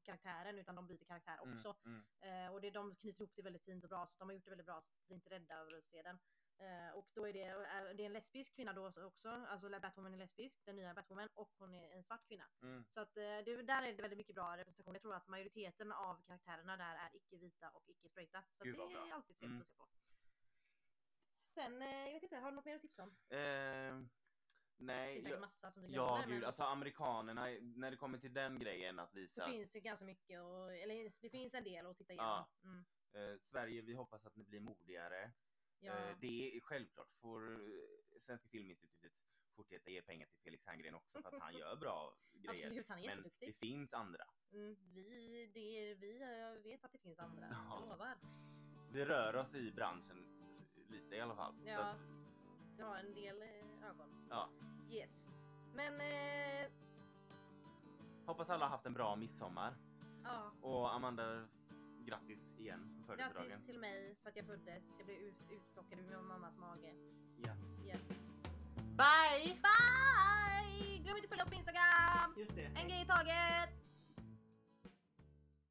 karaktären utan de byter karaktär Mm, också. mm. Eh, och det, de knyter ihop det väldigt fint och bra, så de har gjort det väldigt bra, så bli inte rädda över att se den. Eh, och då är det, eh, det är en lesbisk kvinna då också, alltså Batwoman är lesbisk, den nya Batwoman, och hon är en svart kvinna. Mm. Så att eh, det, där är det väldigt mycket bra representation. Jag tror att majoriteten av karaktärerna där är icke-vita och icke-straighta. Så att Gud, det vad bra. är alltid trevligt Mm. att se på. Sen, eh, jag vet inte, har du något mer att tipsa om? Eh, Det nej, är säkert jag, massa som du ja glömmer, gud, men alltså amerikanerna, när det kommer till den grejen att så visa finns det ganska mycket, och, eller det finns en del att titta igenom. Ja. Mm. eh, Sverige, vi hoppas att ni blir modigare. Ja. Eh, det är självklart, får eh, Svenska Filminstitutet fortsätta ge pengar till Felix Herngren också för att han gör bra grejer. Absolut, han är Men jätteduktig. det finns andra. Mm, vi, det, vi jag vet att det finns andra, Ja. jag lovar. Vi rör oss i branschen lite i alla fall. Så Ja. att, Jag har en del eh, ögon. ja. Yes. Men, eh, Hoppas alla har haft en bra midsommar. ja. Och Amanda, grattis igen på födelsedagen. Grattis till mig för att jag föddes. Jag blev ut, utplockad ur min mammas mage. Ja. Yes. Bye! Bye! Glöm inte att följa oss på Instagram! Just det. En grej i taget!